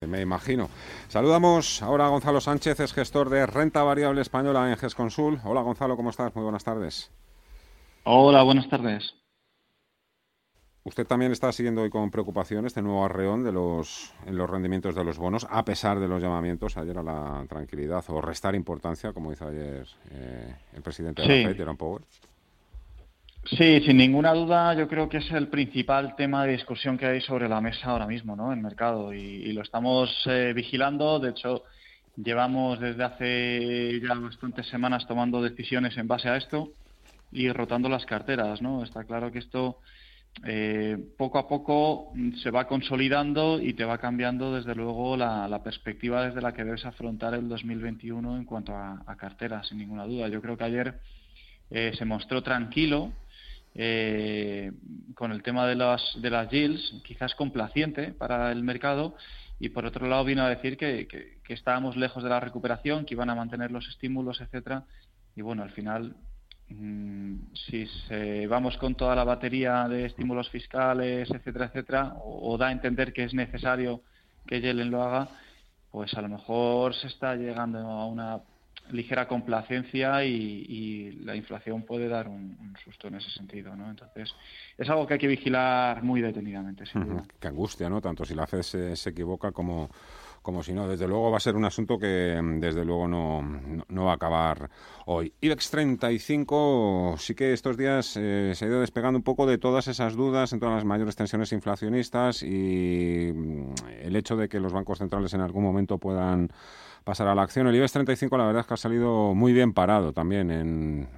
me imagino. Saludamos ahora a Gonzalo Sánchez, es gestor de renta variable española en GESConsul. Hola Gonzalo, ¿cómo estás? Muy buenas tardes. Hola, buenas tardes. Usted también está siguiendo hoy con preocupación este nuevo arreón en los rendimientos de los bonos, a pesar de los llamamientos ayer a la tranquilidad o restar importancia, como hizo ayer el presidente de la Sí, FED, Jerome Powell. sí, sin ninguna duda, yo creo que es el principal tema de discusión que hay sobre la mesa ahora mismo, ¿no? En el mercado y lo estamos vigilando. De hecho, llevamos desde hace ya bastantes semanas tomando decisiones en base a esto y rotando las carteras, ¿no? Está claro que esto poco a poco se va consolidando y te va cambiando desde luego la perspectiva desde la que debes afrontar el 2021 en cuanto a carteras, sin ninguna duda. Yo creo que ayer se mostró tranquilo con el tema de las yields, quizás complaciente para el mercado, y por otro lado vino a decir que estábamos lejos de la recuperación, que iban a mantener los estímulos, etcétera. Y bueno, al final, si vamos con toda la batería de estímulos fiscales, etcétera, etcétera, o da a entender que es necesario que Yellen lo haga, pues a lo mejor se está llegando a una ligera complacencia y la inflación puede dar un susto en ese sentido, ¿no? Entonces, es algo que hay que vigilar muy detenidamente, sin duda. Qué angustia, ¿no? Tanto si la FED se equivoca como si no. Desde luego va a ser un asunto que desde luego no va a acabar hoy. IBEX 35 sí que estos días se ha ido despegando un poco de todas esas dudas en todas las mayores tensiones inflacionistas y el hecho de que los bancos centrales en algún momento puedan pasar a la acción. El IBEX 35 la verdad es que ha salido muy bien parado también en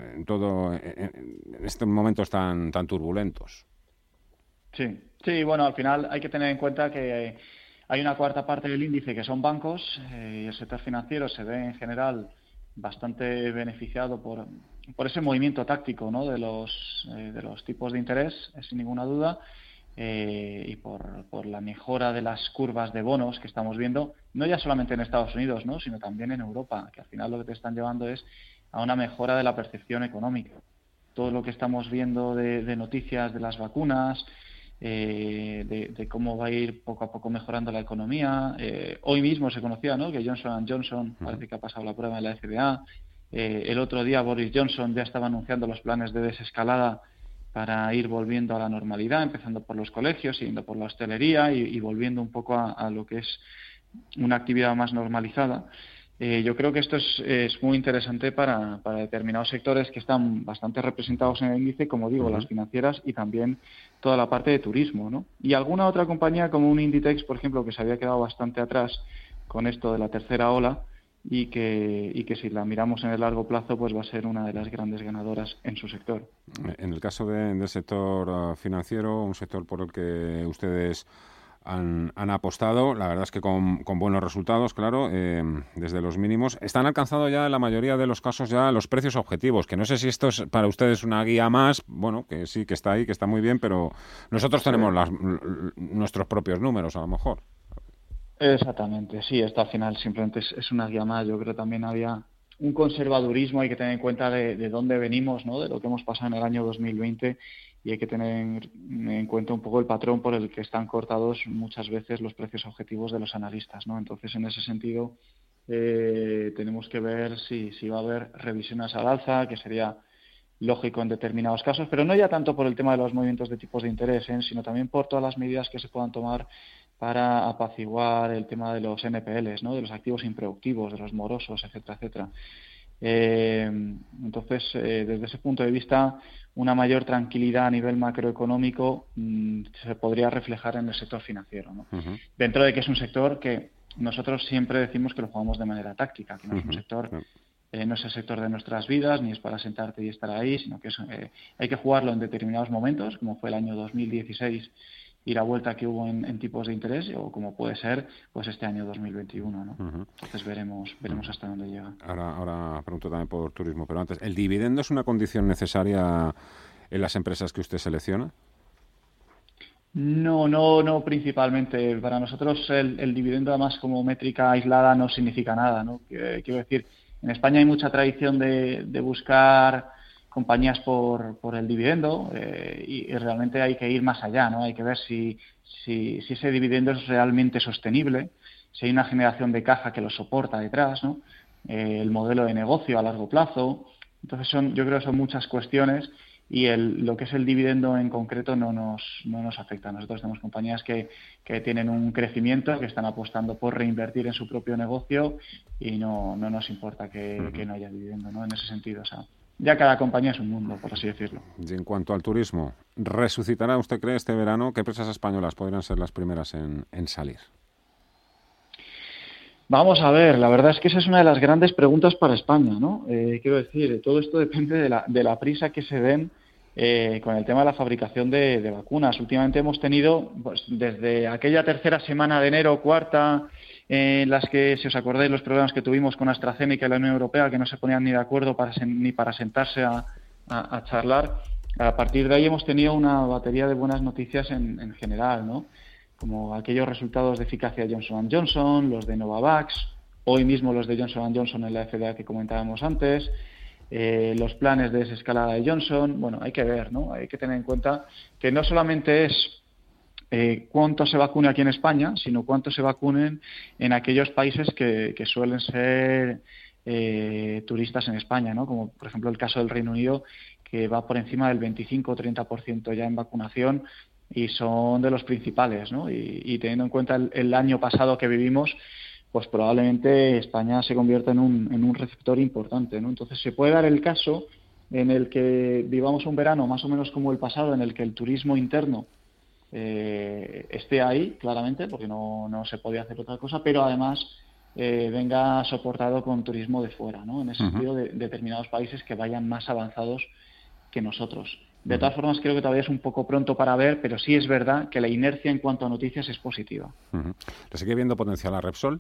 estos momentos tan turbulentos. Sí, sí, bueno, al final hay que tener en cuenta que hay una cuarta parte del índice que son bancos y el sector financiero se ve en general bastante beneficiado por ese movimiento táctico, ¿no? de los tipos de interés, sin ninguna duda, y por la mejora de las curvas de bonos que estamos viendo, no ya solamente en Estados Unidos, ¿no? Sino también en Europa, que al final lo que te están llevando es a una mejora de la percepción económica. Todo lo que estamos viendo de noticias de las vacunas, de cómo va a ir poco a poco mejorando la economía. Hoy mismo se conocía, ¿no?, que Johnson & Johnson parece que ha pasado la prueba de la FDA. El otro día Boris Johnson ya estaba anunciando los planes de desescalada para ir volviendo a la normalidad, empezando por los colegios, siguiendo por la hostelería y volviendo un poco a lo que es una actividad más normalizada. Yo creo que esto es muy interesante para determinados sectores que están bastante representados en el índice, como digo, las financieras y también toda la parte de turismo, ¿no? Y alguna otra compañía como un Inditex, por ejemplo, que se había quedado bastante atrás con esto de la tercera ola y que si la miramos en el largo plazo pues va a ser una de las grandes ganadoras en su sector. En el caso del sector financiero, un sector por el que ustedes han apostado, la verdad es que con buenos resultados, claro, desde los mínimos. Están alcanzando ya en la mayoría de los casos ya los precios objetivos, que no sé si esto es para ustedes una guía más, bueno, que sí, que está ahí, que está muy bien, pero nosotros Sí. tenemos nuestros propios números, a lo mejor. Exactamente, sí, esto al final simplemente es una guía más. Yo creo que también había un conservadurismo, hay que tener en cuenta de dónde venimos, ¿no? De lo que hemos pasado en el año 2020 y hay que tener en cuenta un poco el patrón por el que están cortados muchas veces los precios objetivos de los analistas, ¿no? Entonces, en ese sentido, tenemos que ver si va a haber revisiones al alza, que sería lógico en determinados casos, pero no ya tanto por el tema de los movimientos de tipos de interés, sino también por todas las medidas que se puedan tomar para apaciguar el tema de los NPLs, ¿no?, de los activos improductivos, de los morosos, etcétera, etcétera. Entonces, desde ese punto de vista, una mayor tranquilidad a nivel macroeconómico se podría reflejar en el sector financiero, ¿no? Dentro de que es un sector que nosotros siempre decimos que lo jugamos de manera táctica, que no es un sector, no es el sector de nuestras vidas, ni es para sentarte y estar ahí, sino que hay que jugarlo en determinados momentos, como fue el año 2016 y la vuelta que hubo en tipos de interés, o como puede ser pues este año 2021, ¿no? Entonces veremos hasta dónde llega. Ahora pregunto también por turismo, pero antes, ¿el dividendo es una condición necesaria en las empresas que usted selecciona? No, principalmente. Para nosotros el dividendo, además, como métrica aislada, no significa nada, ¿no? Quiero decir, en España hay mucha tradición de buscar compañías por el dividendo y realmente hay que ir más allá, ¿no? Hay que ver si si ese dividendo es realmente sostenible, si hay una generación de caja que lo soporta detrás, ¿no? El modelo de negocio a largo plazo. Entonces yo creo que son muchas cuestiones y lo que es el dividendo en concreto no nos afecta. Nosotros tenemos compañías que tienen un crecimiento, que están apostando por reinvertir en su propio negocio y no nos importa que no haya dividendo, ¿no? En ese sentido, o sea, ya cada compañía es un mundo, por así decirlo. Y en cuanto al turismo, ¿resucitará, usted cree, este verano? ¿Qué empresas españolas podrían ser las primeras en salir? Vamos a ver, la verdad es que esa es una de las grandes preguntas para España, ¿no? Quiero decir, todo esto depende de la prisa que se den con el tema de la fabricación de vacunas. Últimamente hemos tenido, pues, desde aquella tercera semana de enero, cuarta, en las que, si os acordáis, los problemas que tuvimos con AstraZeneca y la Unión Europea, que no se ponían ni de acuerdo ni para sentarse a charlar, a partir de ahí hemos tenido una batería de buenas noticias en general, ¿no? Como aquellos resultados de eficacia de Johnson & Johnson, los de Novavax, hoy mismo los de Johnson & Johnson en la FDA que comentábamos antes, los planes de desescalada de Johnson. Bueno, hay que ver, ¿no? Hay que tener en cuenta que no solamente es cuánto se vacune aquí en España, sino cuánto se vacunen en aquellos países que suelen ser turistas en España, ¿no? Como por ejemplo el caso del Reino Unido, que va por encima del 25 o 30% ya en vacunación, y son de los principales, ¿no? Y teniendo en cuenta el año pasado que vivimos, pues probablemente España se convierta en un receptor importante, ¿no? Entonces se puede dar el caso en el que vivamos un verano más o menos como el pasado, en el que el turismo interno esté ahí, claramente, porque no se podía hacer otra cosa, pero además venga soportado con turismo de fuera, ¿no? En ese sentido, de determinados países que vayan más avanzados que nosotros. De todas formas, creo que todavía es un poco pronto para ver, pero sí es verdad que la inercia en cuanto a noticias es positiva. ¿Le sigue viendo potencial a Repsol?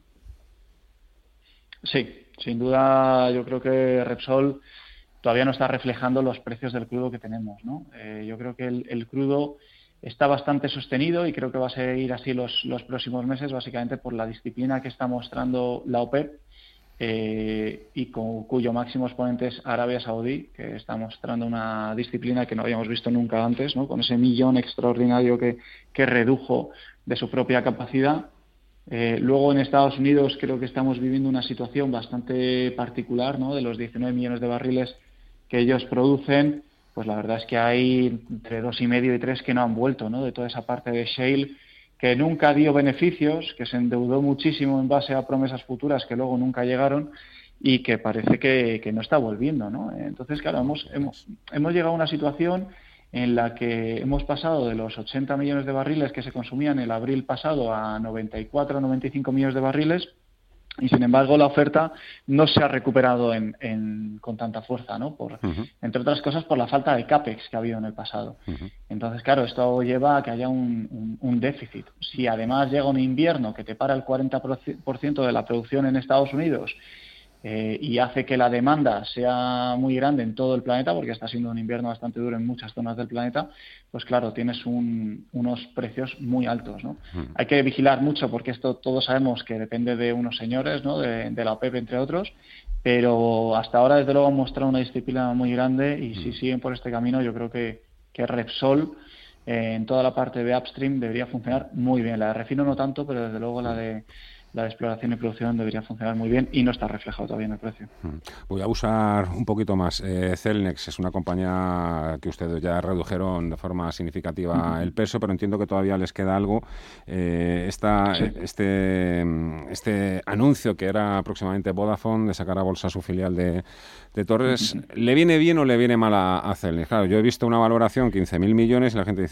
Sí, sin duda. Yo creo que Repsol todavía no está reflejando los precios del crudo que tenemos, ¿no? Yo creo que el crudo está bastante sostenido y creo que va a seguir así los próximos meses, básicamente por la disciplina que está mostrando la OPEP, y cuyo máximo exponente es Arabia Saudí, que está mostrando una disciplina que no habíamos visto nunca antes, ¿no? Con ese millón extraordinario que redujo de su propia capacidad. Luego en Estados Unidos creo que estamos viviendo una situación bastante particular, ¿no? De los 19 millones de barriles que ellos producen, pues la verdad es que hay entre 2,5 y 3 que no han vuelto, ¿no? De toda esa parte de shale que nunca dio beneficios, que se endeudó muchísimo en base a promesas futuras que luego nunca llegaron y que parece que no está volviendo, ¿no? Entonces, claro, hemos llegado a una situación en la que hemos pasado de los 80 millones de barriles que se consumían el abril pasado a 94 o 95 millones de barriles, y sin embargo la oferta no se ha recuperado con tanta fuerza, ¿no? Entre otras cosas por la falta de CAPEX que ha habido en el pasado. Entonces, claro, esto lleva a que haya un déficit. Si además llega un invierno que te para el 40% de la producción en Estados Unidos, y hace que la demanda sea muy grande en todo el planeta, porque está siendo un invierno bastante duro en muchas zonas del planeta, pues claro, tienes unos precios muy altos, ¿no? Hay que vigilar mucho porque esto todos sabemos que depende de unos señores, ¿no? De la OPEP, entre otros, pero hasta ahora desde luego han mostrado una disciplina muy grande y si siguen por este camino yo creo que Repsol en toda la parte de upstream debería funcionar muy bien. La de refino no tanto, pero desde luego la de exploración y producción debería funcionar muy bien y no está reflejado todavía en el precio. Voy a usar un poquito más. Celnex es una compañía que ustedes ya redujeron de forma significativa el peso, pero entiendo que todavía les queda algo. Este anuncio que era próximamente Vodafone de sacar a bolsa su filial de Torres, ¿le viene bien o le viene mal a Celnex? Claro, yo he visto una valoración 15.000 millones y la gente dice,